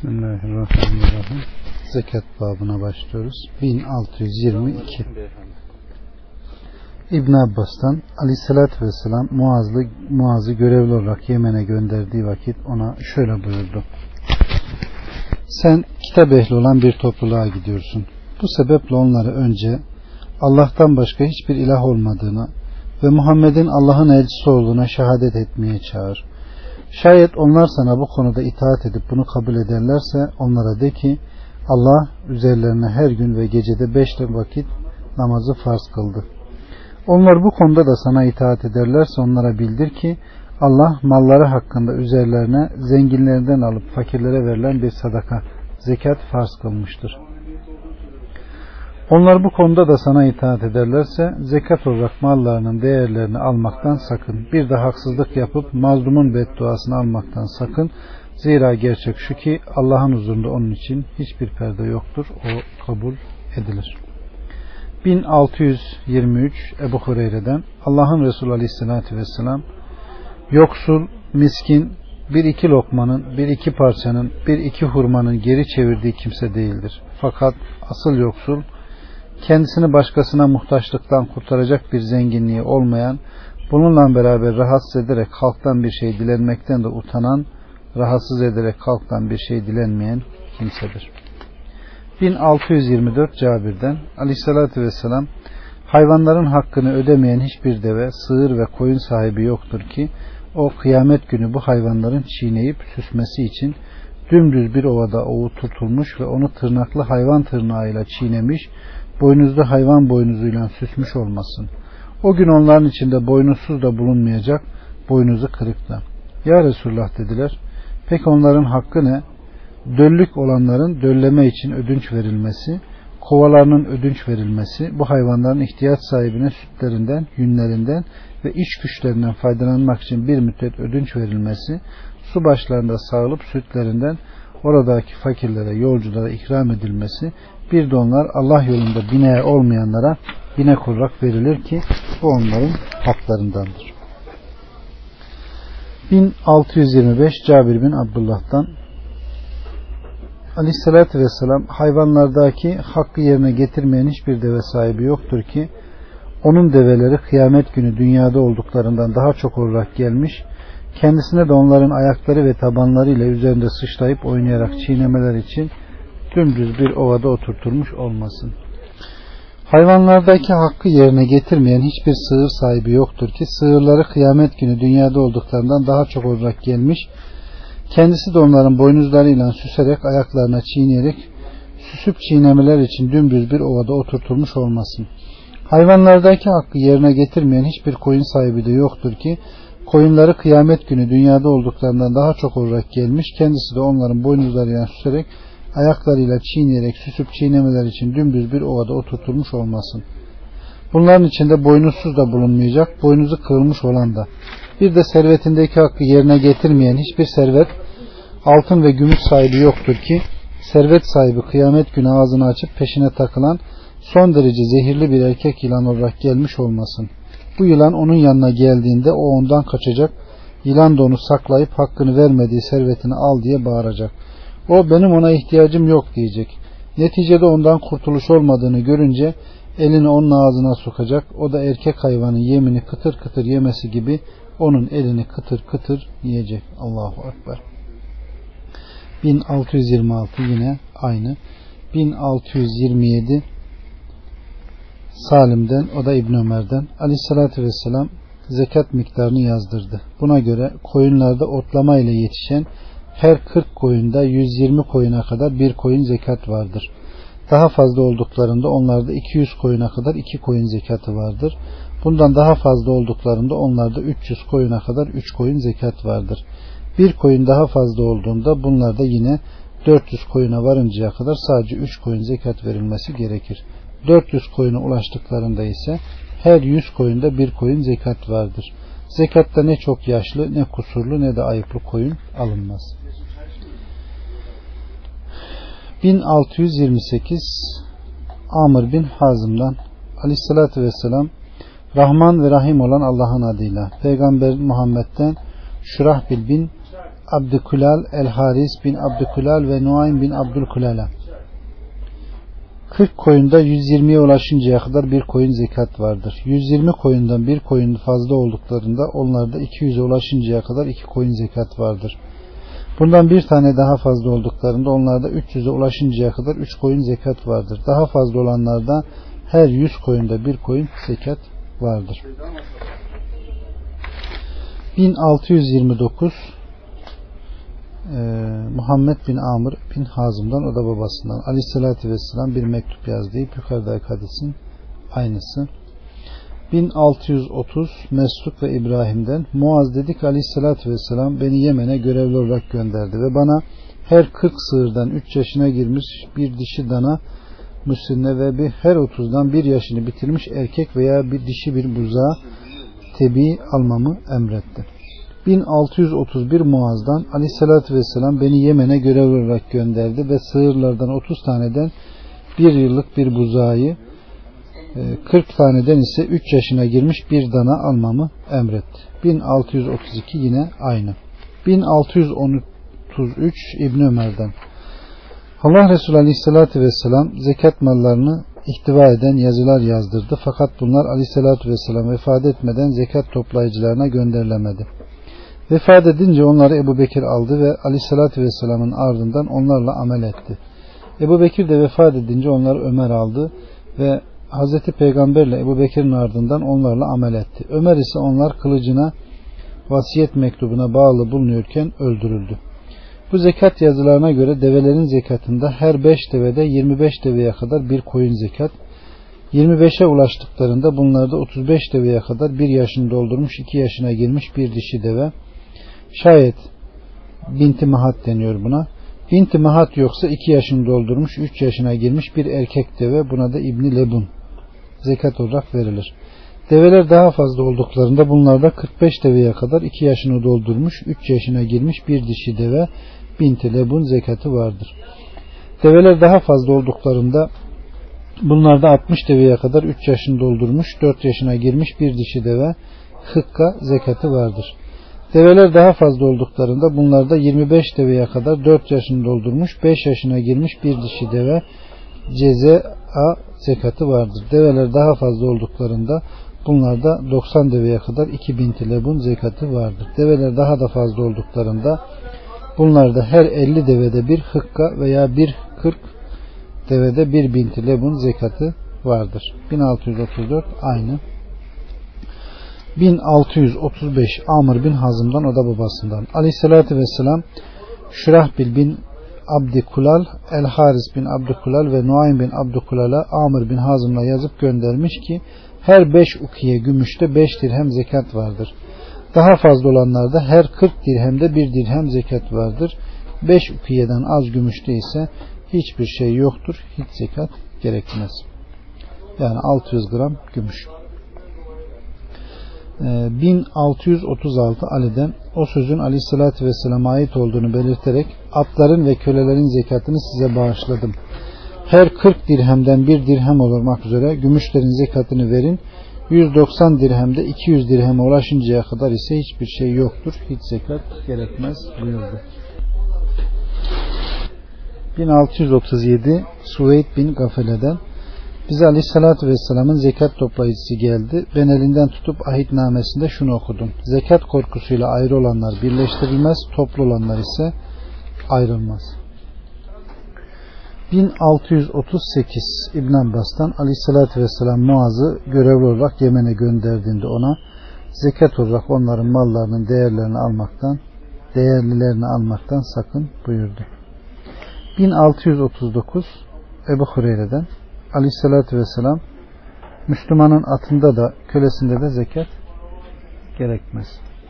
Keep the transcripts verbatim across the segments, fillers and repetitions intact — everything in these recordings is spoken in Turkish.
Bismillahirrahmanirrahim. Zekat babına başlıyoruz. bin altı yüz yirmi iki İbn Abbas'tan Aleyhisselatü Vesselam Muaz'lı, Muaz'ı görevli olarak Yemen'e gönderdiği vakit ona şöyle buyurdu: sen kitap ehli olan bir topluluğa gidiyorsun. Bu sebeple onları önce Allah'tan başka hiçbir ilah olmadığını ve Muhammed'in Allah'ın elçisi olduğuna şehadet etmeye çağır. Şayet onlar sana bu konuda itaat edip bunu kabul ederlerse onlara de ki Allah üzerlerine her gün ve gecede beş vakit namazı farz kıldı. Onlar bu konuda da sana itaat ederlerse onlara bildir ki Allah malları hakkında üzerlerine zenginlerden alıp fakirlere verilen bir sadaka, zekat farz kılmıştır. Onlar bu konuda da sana itaat ederlerse zekat olarak mallarının değerlerini almaktan sakın. Bir de haksızlık yapıp mazlumun bedduasını almaktan sakın. Zira gerçek şu ki Allah'ın huzurunda onun için hiçbir perde yoktur. O kabul edilir. bin altı yüz yirmi üç Ebu Hureyre'den Allah'ın Resulü Aleyhisselatü Vesselam yoksul, miskin, bir iki lokmanın, bir iki parçanın, bir iki hurmanın geri çevirdiği kimse değildir. Fakat asıl yoksul, kendisini başkasına muhtaçlıktan kurtaracak bir zenginliği olmayan, bununla beraber rahatsız ederek halktan bir şey dilenmekten de utanan, rahatsız ederek halktan bir şey dilenmeyen kimsedir. bin altı yüz yirmi dört Cabir'den Aleyhisselatü Vesselam hayvanların hakkını ödemeyen hiçbir deve, sığır ve koyun sahibi yoktur ki o kıyamet günü bu hayvanların çiğneyip süsmesi için dümdüz bir ovada ovu tutulmuş ve onu tırnaklı hayvan tırnağıyla çiğnemiş, boynuzlu hayvan boynuzuyla süsmüş olmasın. O gün onların içinde boynuzsuz da bulunmayacak, boynuzu kırık da. Ya Resulullah dediler, peki onların hakkı ne? Döllük olanların dölleme için ödünç verilmesi, kovalarının ödünç verilmesi, bu hayvanların ihtiyaç sahibine sütlerinden, yünlerinden ve iç güçlerinden faydalanmak için bir müddet ödünç verilmesi, su başlarında sağılıp sütlerinden oradaki fakirlere, yolculara ikram edilmesi, bir de onlar Allah yolunda bineği olmayanlara binek olarak verilir ki bu onların haklarındandır. bin altı yüz yirmi beş Cabir bin Abdullah'tan Aleyhisselatü Vesselam hayvanlardaki hakkı yerine getirmeyen hiçbir deve sahibi yoktur ki onun develeri kıyamet günü dünyada olduklarından daha çok olarak gelmiş, kendisine de onların ayakları ve tabanlarıyla üzerinde sıçrayıp oynayarak çiğnemeler için dümdüz bir ovada oturtulmuş olmasın. Hayvanlardaki hakkı yerine getirmeyen hiçbir sığır sahibi yoktur ki sığırları kıyamet günü dünyada olduklarından daha çok olarak gelmiş, kendisi de onların boynuzlarıyla süserek ayaklarına çiğneyerek süsüp çiğnemeler için dümdüz bir ovada oturtulmuş olmasın. Hayvanlardaki hakkı yerine getirmeyen hiçbir koyun sahibi de yoktur ki koyunları kıyamet günü dünyada olduklarından daha çok olarak gelmiş, kendisi de onların boynuzlarıyla süserek ayaklarıyla çiğneyerek süsüp çiğnemeler için dümdüz bir ovada oturtulmuş olmasın. Bunların içinde boynuzsuz da bulunmayacak, boynuzu kırılmış olan da. Bir de servetindeki hakkı yerine getirmeyen hiçbir servet, altın ve gümüş sahibi yoktur ki servet sahibi kıyamet günü ağzını açıp peşine takılan son derece zehirli bir erkek yılan olarak gelmiş olmasın. Bu yılan onun yanına geldiğinde o ondan kaçacak, yılan da onu saklayıp hakkını vermediği servetini al diye bağıracak. O benim ona ihtiyacım yok diyecek. Neticede ondan kurtuluş olmadığını görünce elini onun ağzına sokacak. O da erkek hayvanın yemini kıtır kıtır yemesi gibi onun elini kıtır kıtır yiyecek. Allahu Ekber. bin altı yüz yirmi altı yine aynı. bin altı yüz yirmi yedi Salim'den, o da İbn Ömer'den Aleyhisselatü Vesselam zekat miktarını yazdırdı. Buna göre koyunlarda otlama ile yetişen her kırk koyunda yüz yirmi koyuna kadar bir koyun zekat vardır. Daha fazla olduklarında onlarda iki yüz koyuna kadar iki koyun zekatı vardır. Bundan daha fazla olduklarında onlarda üç yüz koyuna kadar üç koyun zekat vardır. Bir koyun daha fazla olduğunda bunlarda yine dört yüz koyuna varıncaya kadar sadece üç koyun zekat verilmesi gerekir. dört yüz koyuna ulaştıklarında ise her yüz koyunda bir koyun zekat vardır. Zekatta ne çok yaşlı, ne kusurlu, ne de ayıplı koyun alınmaz. bin altı yüz yirmi sekiz Amr bin Hazım'dan Aleyhisselatü Vesselam Rahman ve Rahim olan Allah'ın adıyla, Peygamber Muhammed'den Şurahbil bin Abdükulal, El-Haris bin Abdükulal ve Nuaym bin Abdülkulal'a kırk koyunda yüz yirmiye ulaşıncaya kadar bir koyun zekat vardır. yüz yirmi koyundan bir koyun fazla olduklarında onlarda iki yüze ulaşıncaya kadar iki koyun zekat vardır. Bundan bir tane daha fazla olduklarında onlarda üç yüze ulaşıncaya kadar üç koyun zekat vardır. Daha fazla olanlarda her yüz koyunda bir koyun zekat vardır. bin altı yüz yirmi dokuz Ee, Muhammed bin Amr bin Hazım'dan, o da babasından Aleyhisselatü Vesselam bir mektup yaz deyip yukarıdaki hadisin aynısı. bin altı yüz otuz Mesruk ve İbrahim'den, Muaz dedi ki Aleyhisselatü Vesselam beni Yemen'e görevli olarak gönderdi ve bana her kırk sığırdan üç yaşına girmiş bir dişi dana müsünne ve bir her otuzdan bir yaşını bitirmiş erkek veya bir dişi bir buzağı tebi almamı emretti. bin altı yüz otuz bir Muaz'dan, Aleyhisselatü Vesselam beni Yemen'e görevli olarak gönderdi ve sığırlardan otuz taneden bir yıllık bir buzağı, kırk taneden ise üç yaşına girmiş bir dana almamı emretti. bin altı yüz otuz iki yine aynı. bin altı yüz otuz üç İbn Ömer'den, Allah Resulü Aleyhisselatü Vesselam zekat mallarını ihtiva eden yazılar yazdırdı. Fakat bunlar Aleyhisselatü Vesselam vefat etmeden zekat toplayıcılarına gönderilemedi. Vefat edince onları Ebu Bekir aldı ve Aleyhisselatü Vesselam'ın ardından onlarla amel etti. Ebu Bekir de vefat edince onları Ömer aldı ve Hazreti Peygamberle Ebu Bekir'in ardından onlarla amel etti. Ömer ise onlar kılıcına vasiyet mektubuna bağlı bulunuyorken öldürüldü. Bu zekat yazılarına göre develerin zekatında her beş devede yirmi beş deveye kadar bir koyun zekat, yirmi beşe ulaştıklarında bunlarda otuz beş deveye kadar bir yaşını doldurmuş iki yaşına girmiş bir dişi deve, şayet binti mahat deniyor buna, binti mahat yoksa iki yaşını doldurmuş üç yaşına girmiş bir erkek deve, buna da İbni Lebun zekat olarak verilir. Develer daha fazla olduklarında bunlarda kırk beş deveye kadar iki yaşını doldurmuş üç yaşına girmiş bir dişi deve, binti Lebun zekatı vardır. Develer daha fazla olduklarında bunlarda altmış deveye kadar üç yaşını doldurmuş dört yaşına girmiş bir dişi deve, hıkka zekatı vardır. Develer daha fazla olduklarında bunlarda yirmi beş deveye kadar dört yaşını doldurmuş beş yaşına girmiş bir dişi deve, ceza zekatı vardır. Develer daha fazla olduklarında bunlarda doksan deveye kadar iki binti lebun zekatı vardır. Develer daha da fazla olduklarında bunlarda her elli devede bir hıkka veya bir kırk devede bir binti lebun zekatı vardır. bin altı yüz otuz dört aynı. bin altı yüz otuz beş Amr bin Hazım'dan, o da babasından. Aleyhissalatü vesselam Şurahbil bin Abdükulal, El-Haris bin Abdükulal ve Nuaym bin Abdükulal'a Amr bin Hazım'la yazıp göndermiş ki her beş ukiye gümüşte beş dirhem zekat vardır. Daha fazla olanlarda her kırk dirhemde bir dirhem zekat vardır. beş ukiyeden az gümüşte ise hiçbir şey yoktur. Hiç zekat gerekmez. Yani altı yüz gram gümüş. bin altı yüz otuz altı Ali'den, o sözün Aleyhisselatü Vesselam'a ait olduğunu belirterek atların ve kölelerin zekatını size bağışladım. Her kırk dirhemden bir dirhem olmak üzere gümüşlerin zekatını verin. yüz doksan dirhemde iki yüz dirheme ulaşıncaya kadar ise hiçbir şey yoktur. Hiç zekat gerekmez buyurdu. bin altı yüz otuz yedi Suveyd bin Gafele'den, bize Aleyhisselatü Vesselam'ın zekat toplayıcısı geldi. Ben elinden tutup ahitnamesinde şunu okudum. Zekat korkusuyla ayrı olanlar birleştirilmez, toplu olanlar ise ayrılmaz. bin altı yüz otuz sekiz İbn Abbas'tan, Aleyhisselatü Vesselam Muaz'ı görevli olarak Yemen'e gönderdiğinde ona zekat olarak onların mallarının değerlerini almaktan, değerlilerini almaktan sakın buyurdu. bin altı yüz otuz dokuz Ebu Hureyre'den, Aleyhisselatü Vesselam Müslümanın atında da kölesinde de zekat gerekmez.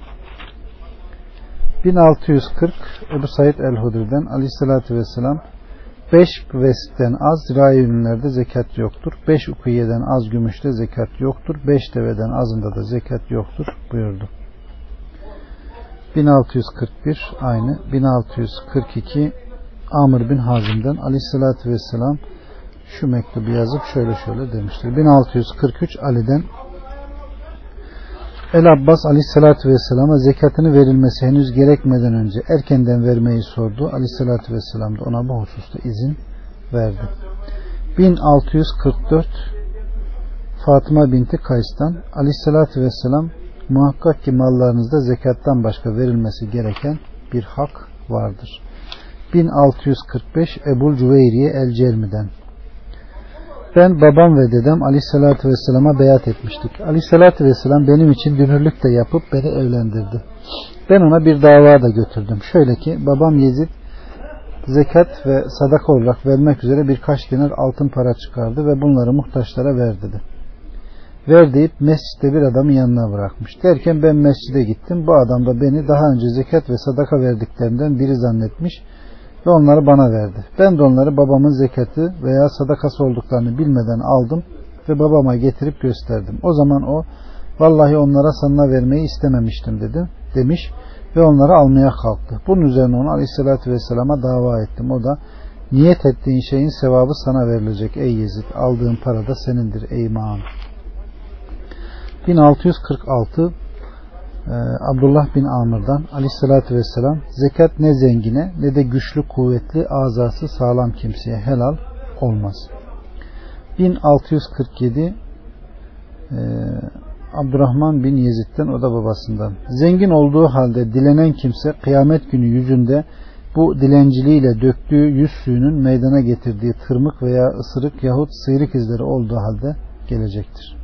bin altı yüz kırk Ebu Said el-Hudri'den, Aleyhisselatü Vesselam beş vesitten az zirai ürünlerde zekat yoktur. beş ukiyeden az gümüşte zekat yoktur. beş deveden azında da zekat yoktur buyurdu. bin altı yüz kırk bir aynı. bin altı yüz kırk iki Amr bin Hazim'den, Aleyhisselatü Vesselam şu mektubu yazıp şöyle şöyle demiştir. bin altı yüz kırk üç Ali'den, El Abbas aleyhissalatü vesselama zekatını verilmesi henüz gerekmeden önce erkenden vermeyi sordu. Aleyhissalatü vesselam da ona bu hususta izin verdi. bin altı yüz kırk dört Fatıma binti Kays'tan aleyhissalatü vesselam muhakkak ki mallarınızda zekattan başka verilmesi gereken bir hak vardır. bin altı yüz kırk beş Ebu Cüveyriye el-Cermi'den ben, babam ve dedem aleyhissalatü vesselama beyat etmiştik. Aleyhissalatü vesselam benim için dünürlük de yapıp beni evlendirdi. Ben ona bir dava da götürdüm. Şöyle ki babam Yezid zekat ve sadaka olarak vermek üzere birkaç dinar altın para çıkardı ve bunları muhtaçlara ver dedi. Ver deyip mescitte bir adamın yanına bırakmış. Derken ben mescide gittim. Bu adam da beni daha önce zekat ve sadaka verdiklerinden biri zannetmiş ve onları bana verdi. Ben de onları babamın zekatı veya sadakası olduklarını bilmeden aldım ve babama getirip gösterdim. O zaman o, vallahi onlara sana vermeyi istememiştim dedi, demiş ve onları almaya kalktı. Bunun üzerine onu aleyhissalatü vesselama dava ettim. O da, niyet ettiğin şeyin sevabı sana verilecek ey Yezid, aldığın para da senindir ey Ma'an. bin altı yüz kırk altı Abdullah bin Amr'dan aleyhissalatü vesselam zekat ne zengine ne de güçlü kuvvetli azası sağlam kimseye helal olmaz. bin altı yüz kırk yedi e, Abdurrahman bin Yezid'den, o da babasından, zengin olduğu halde dilenen kimse kıyamet günü yüzünde bu dilenciliğiyle döktüğü yüz suyunun meydana getirdiği tırmık veya ısırık yahut sıyrık izleri olduğu halde gelecektir.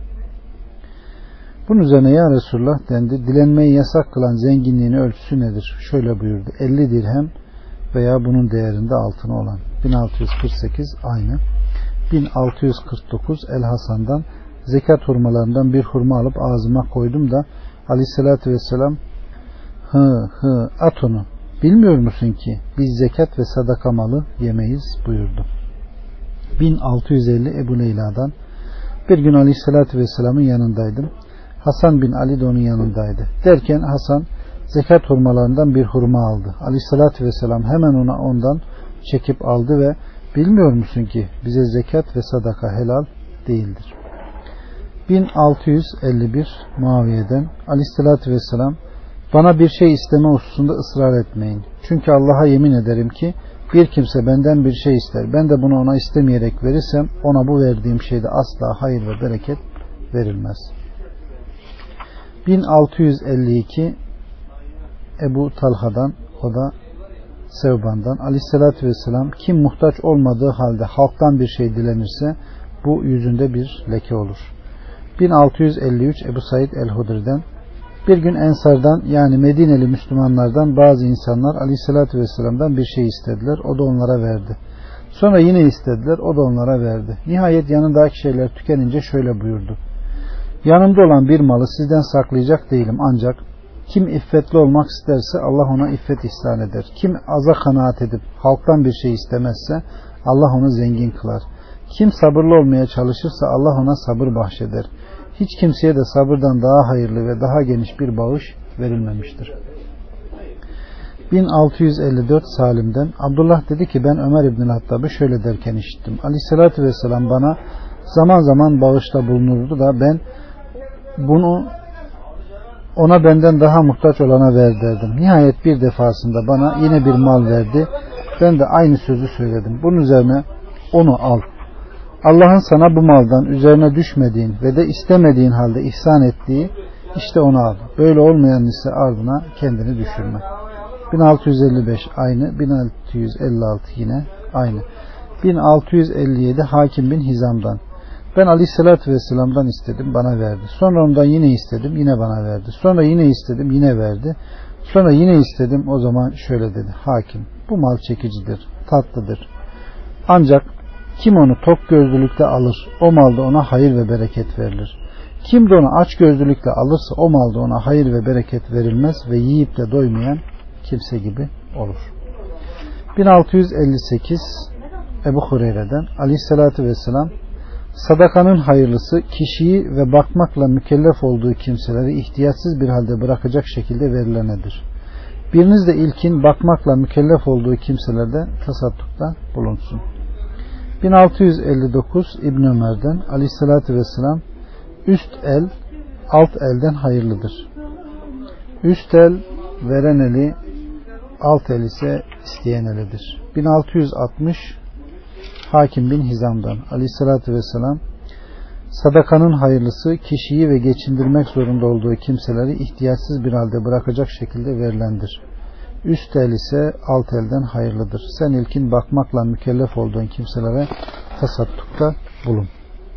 Bunun üzerine ya Resulullah dendi, dilenmeyi yasak kılan zenginliğin ölçüsü nedir? Şöyle buyurdu, elli dirhem veya bunun değerinde altını olan. bin altı yüz kırk sekiz aynı. bin altı yüz kırk dokuz El Hasan'dan zekat hurmalarından bir hurma alıp ağzıma koydum da aleyhissalatü vesselam hı hı at onu, bilmiyor musun ki biz zekat ve sadaka malı yemeyiz buyurdu. bin altı yüz elli Ebu Leyla'dan bir gün aleyhissalatü vesselamın yanındaydım. Hasan bin Ali de onun yanındaydı. Derken Hasan zekat hurmalarından bir hurma aldı. Aleyhissalatü vesselam hemen ona ondan çekip aldı ve bilmiyor musun ki bize zekat ve sadaka helal değildir. bin altı yüz elli bir Muaviye'den aleyhissalatü vesselam bana bir şey isteme hususunda ısrar etmeyin. Çünkü Allah'a yemin ederim ki bir kimse benden bir şey ister. Ben de bunu ona istemeyerek verirsem ona bu verdiğim şeyde asla hayır ve bereket verilmez. bin altı yüz elli iki Ebu Talha'dan, o da Sevban'dan aleyhissalatü vesselam kim muhtaç olmadığı halde halktan bir şey dilenirse bu yüzünde bir leke olur. bin altı yüz elli üç Ebu Said el-Hudri'den bir gün Ensar'dan yani Medineli Müslümanlardan bazı insanlar aleyhissalatü vesselam'dan bir şey istediler. O da onlara verdi. Sonra yine istediler. O da onlara verdi. Nihayet yanındaki şeyler tükenince şöyle buyurdu. Yanımda olan bir malı sizden saklayacak değilim, ancak kim iffetli olmak isterse Allah ona iffet ihsan eder. Kim aza kanaat edip halktan bir şey istemezse Allah onu zengin kılar. Kim sabırlı olmaya çalışırsa Allah ona sabır bahşeder. Hiç kimseye de sabırdan daha hayırlı ve daha geniş bir bağış verilmemiştir. bin altı yüz elli dört Salim'den Abdullah dedi ki ben Ömer İbn Hattab'ı şöyle derken işittim. Aleyhissalatü vesselam bana zaman zaman bağışta bulunurdu da ben bunu ona benden daha muhtaç olana ver derdim. Nihayet bir defasında bana yine bir mal verdi. Ben de aynı sözü söyledim. Bunun üzerine onu al. Allah'ın sana bu maldan üzerine düşmediğin ve de istemediğin halde ihsan ettiği işte onu al. Böyle olmayan ise ardına kendini düşürme. bin altı yüz elli beş aynı. bin altı yüz elli altı yine aynı. bin altı yüz elli yedi Hakim bin Hizam'dan ben aleyhissalatü vesselam'dan istedim, bana verdi. Sonra ondan yine istedim, yine bana verdi. Sonra yine istedim, yine verdi. Sonra yine istedim, o zaman şöyle dedi. Hakim, bu mal çekicidir, tatlıdır. Ancak kim onu tok gözlülükle alır, o malda ona hayır ve bereket verilir. Kim de onu aç gözlülükle alırsa o malda ona hayır ve bereket verilmez ve yiyip de doymayan kimse gibi olur. bin altı yüz elli sekiz Ebu Hureyre'den aleyhissalatü vesselam sadakanın hayırlısı kişiyi ve bakmakla mükellef olduğu kimseleri ihtiyatsız bir halde bırakacak şekilde verilenedir. Biriniz de ilkin bakmakla mükellef olduğu kimselerde tasaddukta bulunsun. bin altı yüz elli dokuz İbn Ömer'den aleyhissalatü vesselam üst el alt elden hayırlıdır. Üst el veren eli, alt el ise isteyen elidir. bin altı yüz altmış Hakim bin Hizam'dan Aleyhisselatü Vesselam, sadakanın hayırlısı kişiyi ve geçindirmek zorunda olduğu kimseleri ihtiyaçsız bir halde bırakacak şekilde verilendir. Üst el ise alt elden hayırlıdır. Sen ilkin bakmakla mükellef olduğun kimselere tasaddukta bulun.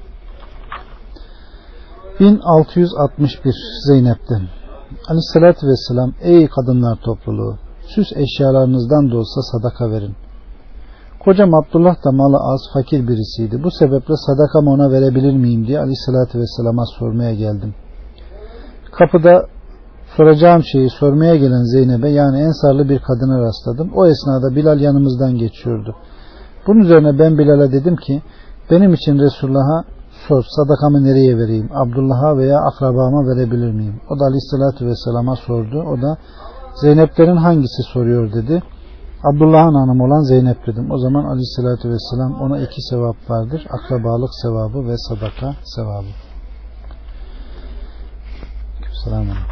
bin altı yüz altmış bir Zeynep'ten Aleyhisselatü Vesselam, ey kadınlar topluluğu, süs eşyalarınızdan da olsa sadaka verin. Kocam Abdullah da malı az, fakir birisiydi. Bu sebeple sadakamı ona verebilir miyim diye Aleyhisselatü Vesselam'a sormaya geldim. Kapıda soracağım şeyi sormaya gelen Zeynep'e, yani ensarlı bir kadına rastladım. O esnada Bilal yanımızdan geçiyordu. Bunun üzerine ben Bilal'e dedim ki, benim için Resulullah'a sor, sadakamı nereye vereyim? Abdullah'a veya akrabama verebilir miyim? O da Aleyhisselatü Vesselam'a sordu. O da Zeynep'lerin hangisi soruyor dedi. Abdullah'ın hanımı olan Zeynep dedim. O zaman Aleyhisselatü Vesselam, ona iki sevap vardır. Akrabalık sevabı ve sadaka sevabı. Selamünaleyküm.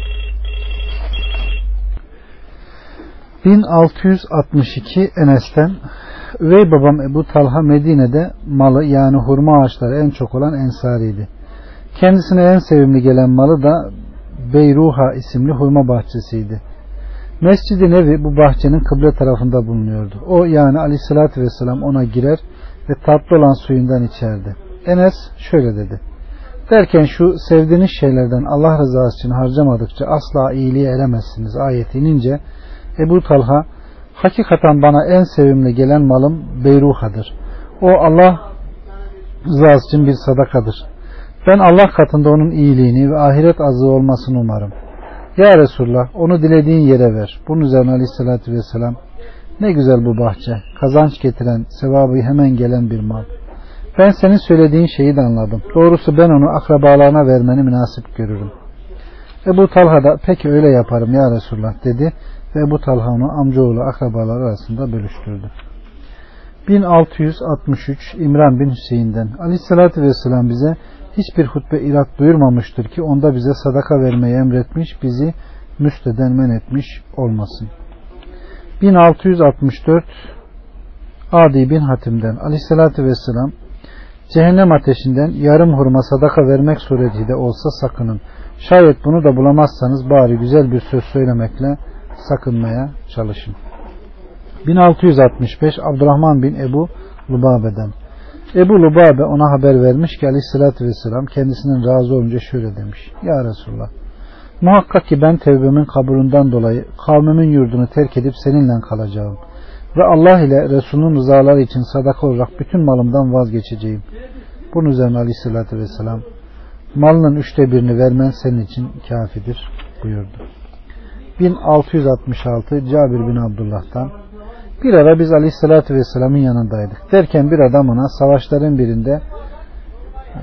bin altı yüz altmış iki Enes'ten, üvey babam Ebu Talha Medine'de malı, yani hurma ağaçları en çok olan ensariydi. Kendisine en sevimli gelen malı da Beyruha isimli hurma bahçesiydi. Mescid-i Nebi bu bahçenin kıble tarafında bulunuyordu. O, yani Aleyhisselatü Vesselam ona girer ve tatlı olan suyundan içerdi. Enes şöyle dedi: derken şu sevdiğiniz şeylerden Allah rızası için harcamadıkça asla iyiliğe eremezsiniz ayeti inince Ebu Talha, hakikaten bana en sevimli gelen malım Beyruha'dır. O Allah rızası için bir sadakadır. Ben Allah katında onun iyiliğini ve ahiret azığı olmasını umarım. Ya Resulullah, onu dilediğin yere ver. Bunun üzerine Aleyhisselatü Vesselam, ne güzel bu bahçe, kazanç getiren, sevabı hemen gelen bir mal. Ben senin söylediğin şeyi de anladım. Doğrusu ben onu akrabalarına vermeni münasip görürüm. Ebu Talha da peki öyle yaparım ya Resulullah dedi ve Ebu Talha onu amcaoğlu akrabalar arasında bölüştürdü. bin altı yüz altmış üç İmran bin Hüseyin'den Aleyhisselatü Vesselam bize hiçbir hutbe irat buyurmamıştır ki onda bize sadaka vermeyi emretmiş, bizi müsteden men etmiş olmasın. bin altı yüz altmış dört Adi bin Hatim'den Aleyhisselatü Vesselam, cehennem ateşinden yarım hurma sadaka vermek suretiyle olsa sakının. Şayet bunu da bulamazsanız bari güzel bir söz söylemekle sakınmaya çalışın. bin altı yüz altmış beş Abdurrahman bin Ebu Lubabe'den Ebu Lubabe ona haber vermiş ki Aleyhisselatü Vesselam kendisinden razı olunca şöyle demiş: ya Resulullah, muhakkak ki ben tevbemin kabulünden dolayı kavmimin yurdunu terk edip seninle kalacağım ve Allah ile Resulünün rızaları için sadaka olarak bütün malımdan vazgeçeceğim. Bunun üzerine Aleyhisselatü Vesselam, malının üçte birini vermen senin için kafidir buyurdu. bin altı yüz altmış altı Cabir bin Abdullah'tan, bir ara biz Aleyhisselatü Vesselam'ın yanındaydık. Derken bir adam ona savaşların birinde e,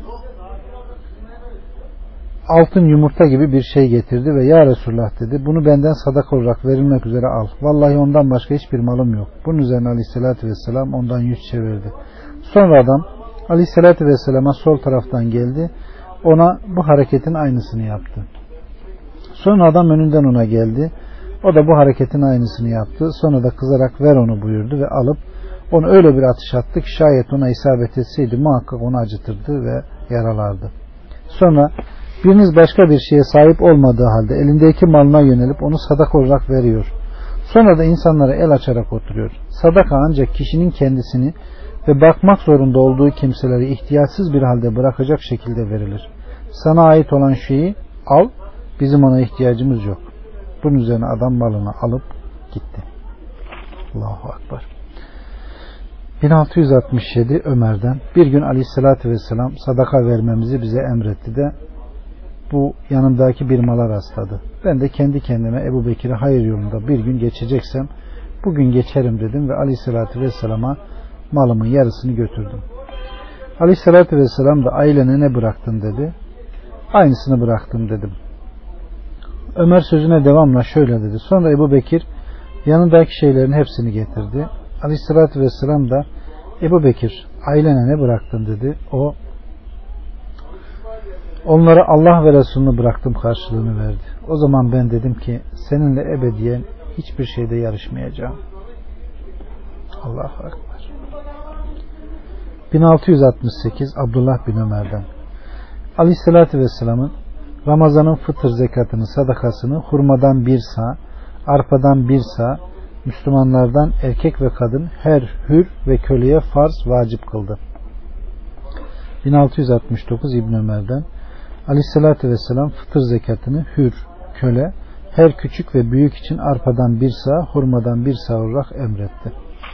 altın yumurta gibi bir şey getirdi ve ya Resulullah dedi, bunu benden sadaka olarak verilmek üzere al. Vallahi ondan başka hiçbir malım yok. Bunun üzerine Aleyhisselatü Vesselam ondan yüz çevirdi. Sonra adam Aleyhisselatü Vesselam'a sol taraftan geldi. Ona bu hareketin aynısını yaptı. Sonra adam önünden ona geldi. O da bu hareketin aynısını yaptı. Sonra da kızarak ver onu buyurdu ve alıp onu öyle bir atış attı ki şayet ona isabet etseydi muhakkak onu acıtırdı ve yaralardı. Sonra biriniz başka bir şeye sahip olmadığı halde elindeki malına yönelip onu sadaka olarak veriyor. Sonra da insanlara el açarak oturuyor. Sadaka ancak kişinin kendisini ve bakmak zorunda olduğu kimseleri ihtiyaçsız bir halde bırakacak şekilde verilir. Sana ait olan şeyi al, bizim ona ihtiyacımız yok. Bunun üzerine adam malını alıp gitti. Allahu Akbar. bin altı yüz altmış yedi Ömer'den bir gün Aleyhisselatü Vesselam sadaka vermemizi bize emretti de bu yanımdaki bir mala rastladı. Ben de kendi kendime Ebu Bekir'e hayır yolunda bir gün geçeceksem bugün geçerim dedim ve Aleyhisselatü Vesselam'a malımın yarısını götürdüm. Aleyhisselatü Vesselam da ailene ne bıraktın dedi. Aynısını bıraktım dedim. Ömer sözüne devamla şöyle dedi. Sonra Ebu Bekir yanındaki şeylerin hepsini getirdi. Aleyhisselatü Vesselam da Ebu Bekir ailene ne bıraktın dedi. O Onlara Allah ve Resulünü bıraktım karşılığını verdi. O zaman ben dedim ki seninle ebediyen hiçbir şeyde yarışmayacağım. Allahu Ekber. bin altı yüz altmış sekiz Abdullah bin Ömer'den Aleyhisselatü Vesselam'ın Ramazan'ın fıtır zekatını, sadakasını hurmadan bir sağ, arpadan bir sağ, Müslümanlardan erkek ve kadın her hür ve köleye farz vacip kıldı. bin altı yüz altmış dokuz İbn Ömer'den Aleyhisselatü Vesselam fıtır zekatını hür, köle, her küçük ve büyük için arpadan bir sağ, hurmadan bir sağ olarak emretti.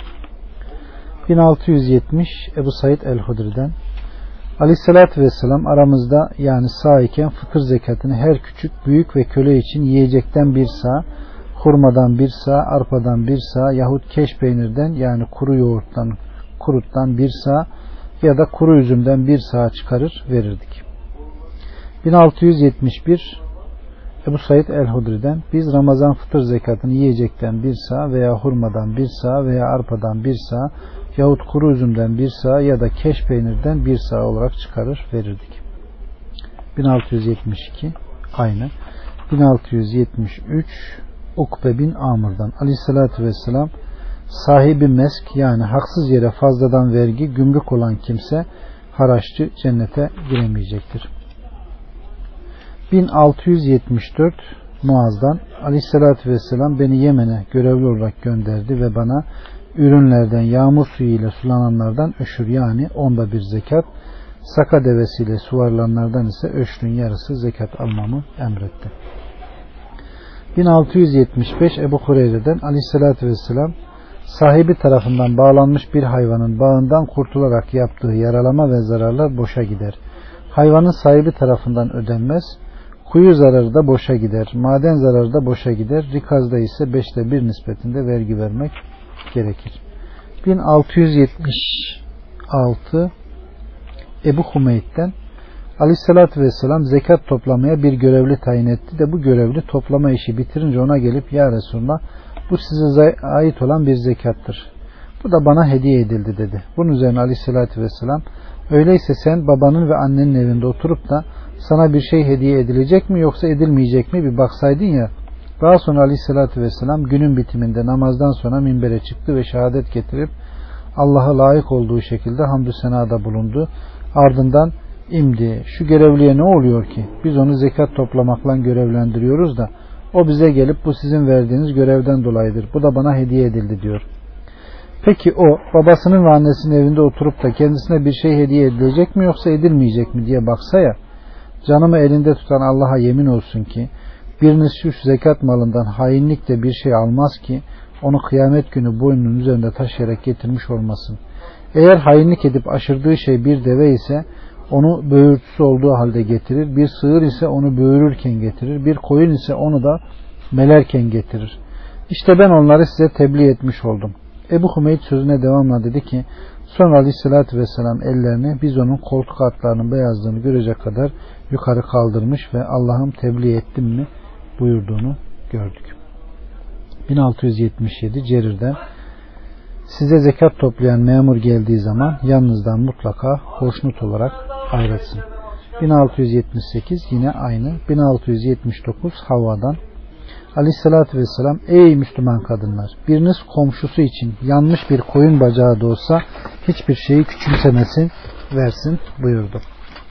bin altı yüz yetmiş Ebu Said el-Hudri'den Aleyhisselatü Vesselam aramızda yani sağ iken fıtır zekatını her küçük, büyük ve köle için yiyecekten bir sağ, hurmadan bir sağ, arpadan bir sağ yahut keş peynirden yani kuru yoğurttan, kuruttan bir sağ ya da kuru üzümden bir sağ çıkarır verirdik. bin altı yüz yetmiş bir Ebu Said el-Hudri'den biz Ramazan fıtır zekatını yiyecekten bir sağ veya hurmadan bir sağ veya arpadan bir sağ yahut kuru üzümden bir sağ ya da keş peynirden bir sağ olarak çıkarır verirdik. bin altı yüz yetmiş iki aynı. bin altı yüz yetmiş üç Ukbe bin Amr'dan Aleyhisselatü Vesselam sahibi mesk yani haksız yere fazladan vergi gümrük olan kimse haraççı cennete giremeyecektir. bin altı yüz yetmiş dört Muaz'dan Aleyhisselatü Vesselam beni Yemen'e görevli olarak gönderdi ve bana ürünlerden yağmur suyu ile sulananlardan öşür yani onda bir zekat, saka devesiyle suvarılanlardan ise öşrün yarısı zekat almamı emretti. bin altı yüz yetmiş beş Ebu Hureyre'den Aleyhisselatü Vesselam sahibi tarafından bağlanmış bir hayvanın bağından kurtularak yaptığı yaralama ve zararlar boşa gider. Hayvanın sahibi tarafından ödenmez. Kuyu zararı da boşa gider. Maden zararı da boşa gider. Rikazda ise beşte bir nispetinde vergi vermek gerekir. bin altı yüz yetmiş altı Ebu Humeyd'den Aleyhisselatü Vesselam zekat toplamaya bir görevli tayin etti de bu görevli toplama işi bitirince ona gelip ya Resulullah bu size ait olan bir zekattır. Bu da bana hediye edildi dedi. Bunun üzerine Aleyhisselatü Vesselam öyleyse sen babanın ve annenin evinde oturup da sana bir şey hediye edilecek mi yoksa edilmeyecek mi bir baksaydın ya. Daha sonra Aleyhisselatü Vesselam günün bitiminde namazdan sonra minbere çıktı ve şehadet getirip Allah'a layık olduğu şekilde hamdü senada bulundu. Ardından imdi şu görevliye ne oluyor ki? Biz onu zekat toplamakla görevlendiriyoruz da o bize gelip bu sizin verdiğiniz görevden dolayıdır. Bu da bana hediye edildi diyor. Peki o babasının ve annesinin evinde oturup da kendisine bir şey hediye edilecek mi yoksa edilmeyecek mi diye baksa ya, canımı elinde tutan Allah'a yemin olsun ki biriniz şu zekat malından hainlikle bir şey almaz ki onu kıyamet günü boynunun üzerinde taşıyarak getirmiş olmasın. Eğer hainlik edip aşırdığı şey bir deve ise onu böğürtüsü olduğu halde getirir. Bir sığır ise onu böğürürken getirir. Bir koyun ise onu da melerken getirir. İşte ben onları size tebliğ etmiş oldum. Ebu Humeyd sözüne devamla dedi ki sonra Aleyhisselatü Vesselam ellerini biz onun koltuk altlarının beyazlığını görecek kadar yukarı kaldırmış ve Allah'ım tebliğ ettim mi buyurduğunu gördük. bin altı yüz yetmiş yedi Cerir'den size zekat toplayan memur geldiği zaman yanınızdan mutlaka hoşnut olarak ayrılsın. bin altı yüz yetmiş sekiz yine aynı. bin altı yüz yetmiş dokuz Havva'dan Aleyhisselatü Vesselam ey Müslüman kadınlar biriniz komşusu için yanmış bir koyun bacağı da olsa hiçbir şeyi küçümsemesin versin buyurdu.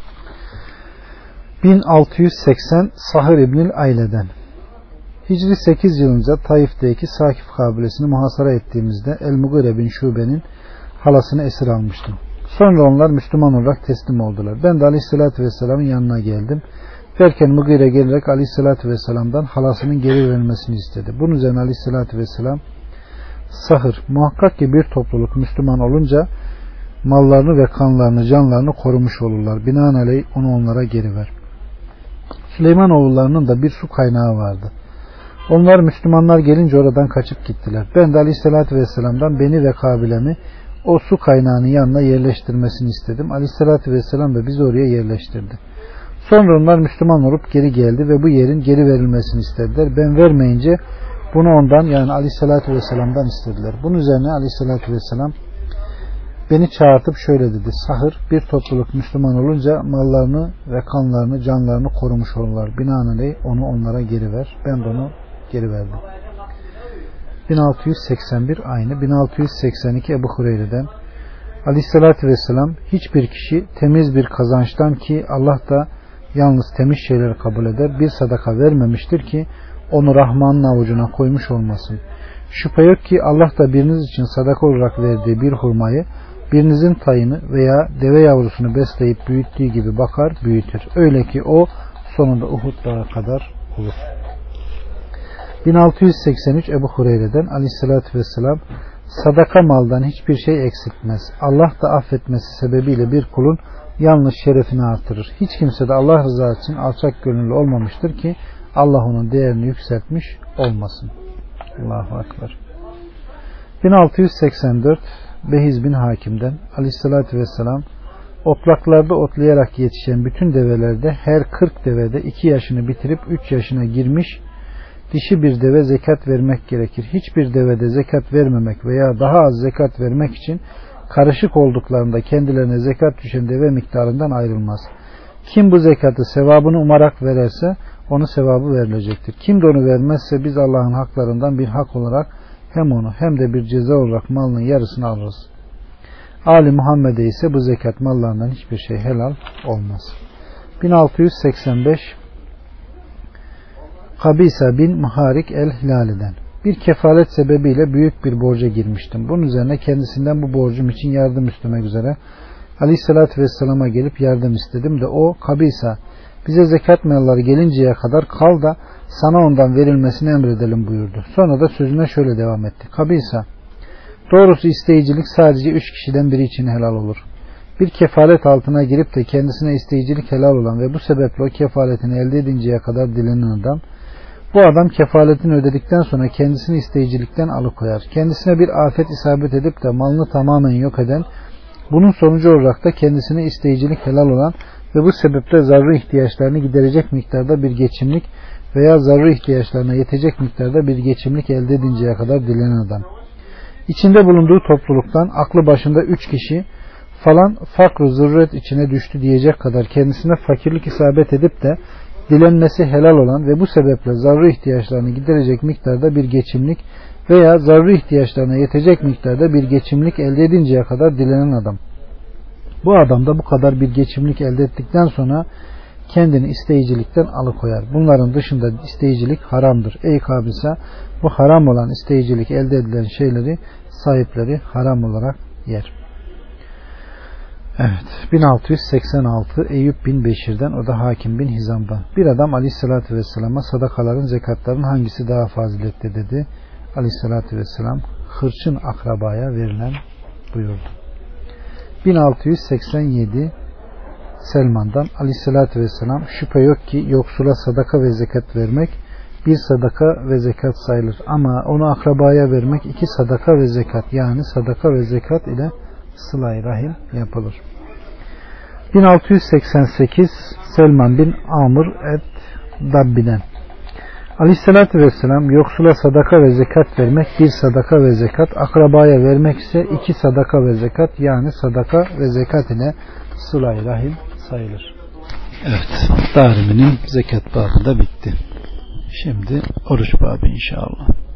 bin altı yüz seksen Sahır İbnül Ayle'den Hicri sekiz yılınca Taif'teki Sakif kabilesini muhasara ettiğimizde El-Mugire bin Şube'nin halasını esir almıştım. Sonra onlar Müslüman olarak teslim oldular. Ben de Aleyhisselatü Vesselam'ın yanına geldim. Derken Mugire gelerek Aleyhisselatü Vesselam'dan halasının geri verilmesini istedi. Bunun üzerine Aleyhisselatü Vesselam Sahır muhakkak ki bir topluluk Müslüman olunca mallarını ve kanlarını canlarını korumuş olurlar. Binaenaleyh onu onlara geri ver. Süleyman oğullarının da bir su kaynağı vardı. Onlar Müslümanlar gelince oradan kaçıp gittiler. Ben de Aleyhisselatü Vesselam'dan beni ve kabilemi o su kaynağının yanına yerleştirmesini istedim. Aleyhisselatü Vesselam da bizi oraya yerleştirdi. Sonra onlar Müslüman olup geri geldi ve bu yerin geri verilmesini istediler. Ben vermeyince bunu ondan yani Aleyhisselatü Vesselam'dan istediler. Bunun üzerine Aleyhisselatü Vesselam beni çağırtıp şöyle dedi: Sahır, bir topluluk Müslüman olunca mallarını ve kanlarını, canlarını korumuş olurlar. Binaenaleyh onu onlara geri ver. Ben de onu geri verdim. bin altı yüz seksen bir aynı. bin altı yüz seksen iki Ebu Hureyre'den Aleyhisselatü Vesselam, hiçbir kişi temiz bir kazançtan, ki Allah da yalnız temiz şeyleri kabul eder, bir sadaka vermemiştir ki onu Rahman'ın avucuna koymuş olmasın. Şüphe yok ki Allah da biriniz için sadaka olarak verdiği bir hurmayı birinizin tayını veya deve yavrusunu besleyip büyüttüğü gibi bakar, büyütür. Öyle ki o sonunda Uhud dağı kadar olur. bin altı yüz seksen üç Ebu Hureyre'den Aleyhisselatü Vesselam, sadaka maldan hiçbir şey eksiltmez. Allah da affetmesi sebebiyle bir kulun yalnız şerefini artırır. Hiç kimse de Allah rızası için alçak gönüllü olmamıştır ki Allah onun değerini yükseltmiş olmasın. Allahu Ekber. bin altı yüz seksen dört Behiz bin Hakim'den Aleyhisselatü Vesselam, otlaklarda otlayarak yetişen bütün develerde her kırk devede iki yaşını bitirip üç yaşına girmiş dişi bir deve zekat vermek gerekir. Hiçbir devede zekat vermemek veya daha az zekat vermek için karışık olduklarında kendilerine zekat düşen deve miktarından ayrılmaz. Kim bu zekatı sevabını umarak vererse onu sevabı verilecektir. Kim de onu vermezse biz Allah'ın haklarından bir hak olarak hem onu hem de bir ceza olarak malının yarısını alırız. Ali Muhammed'e ise bu zekat mallarından hiçbir şey helal olmaz. bin altı yüz seksen beş Kabisa bin Muharik el-Hilali'den, bir kefalet sebebiyle büyük bir borca girmiştim. Bunun üzerine kendisinden bu borcum için yardım istemek üzere Aleyhisselatü Vesselam'a gelip yardım istedim de o, Kabisa, bize zekat malları gelinceye kadar kal da sana ondan verilmesini emredelim buyurdu. Sonra da sözüne şöyle devam etti: Kabisa, doğrusu isteyicilik sadece üç kişiden biri için helal olur. Bir kefalet altına girip de kendisine isteyicilik helal olan ve bu sebeple o kefaletini elde edinceye kadar dilenen adam, bu adam kefaletini ödedikten sonra kendisini isteyicilikten alıkoyar. Kendisine bir afet isabet edip de malını tamamen yok eden, bunun sonucu olarak da kendisine isteyicilik helal olan ve bu sebeple zaruri ihtiyaçlarını giderecek miktarda bir geçimlik veya zaruri ihtiyaçlarına yetecek miktarda bir geçimlik elde edinceye kadar dilenen adam. İçinde bulunduğu topluluktan aklı başında üç kişi falan fakr-ı zürret içine düştü diyecek kadar kendisine fakirlik isabet edip de dilenmesi helal olan ve bu sebeple zaruri ihtiyaçlarını giderecek miktarda bir geçimlik veya zaruri ihtiyaçlarına yetecek miktarda bir geçimlik elde edinceye kadar dilenen adam. Bu adam da bu kadar bir geçimlik elde ettikten sonra kendini isteyicilikten alıkoyar. Bunların dışında isteyicilik haramdır. Ey Kabisa, bu haram olan isteyicilik elde edilen şeyleri sahipleri haram olarak yer. Evet. bin altı yüz seksen altı Eyüp bin Beşir'den, o da Hakim bin Hizam'dan. Bir adam Aleyhisselatü Vesselam'a sadakaların, zekatların hangisi daha faziletli dedi. Aleyhisselatü Vesselam, hırçın akrabaya verilen buyurdu. bin altı yüz seksen yedi Selman'dan Aleyhisselatü Vesselam, şüphe yok ki yoksula sadaka ve zekat vermek bir sadaka ve zekat sayılır. Ama onu akrabaya vermek iki sadaka ve zekat, yani sadaka ve zekat ile sıla-i rahim yapılır. bin altı yüz seksen sekiz Selman bin Amr et-Dabbi'den Aleyhisselatü Vesselam, yoksula sadaka ve zekat vermek bir sadaka ve zekat, akrabaya vermek ise iki sadaka ve zekat, yani sadaka ve zekat ile sıla-i rahim sayılır. Evet, Darimi'nin zekat babı da bitti. Şimdi oruç babı inşallah.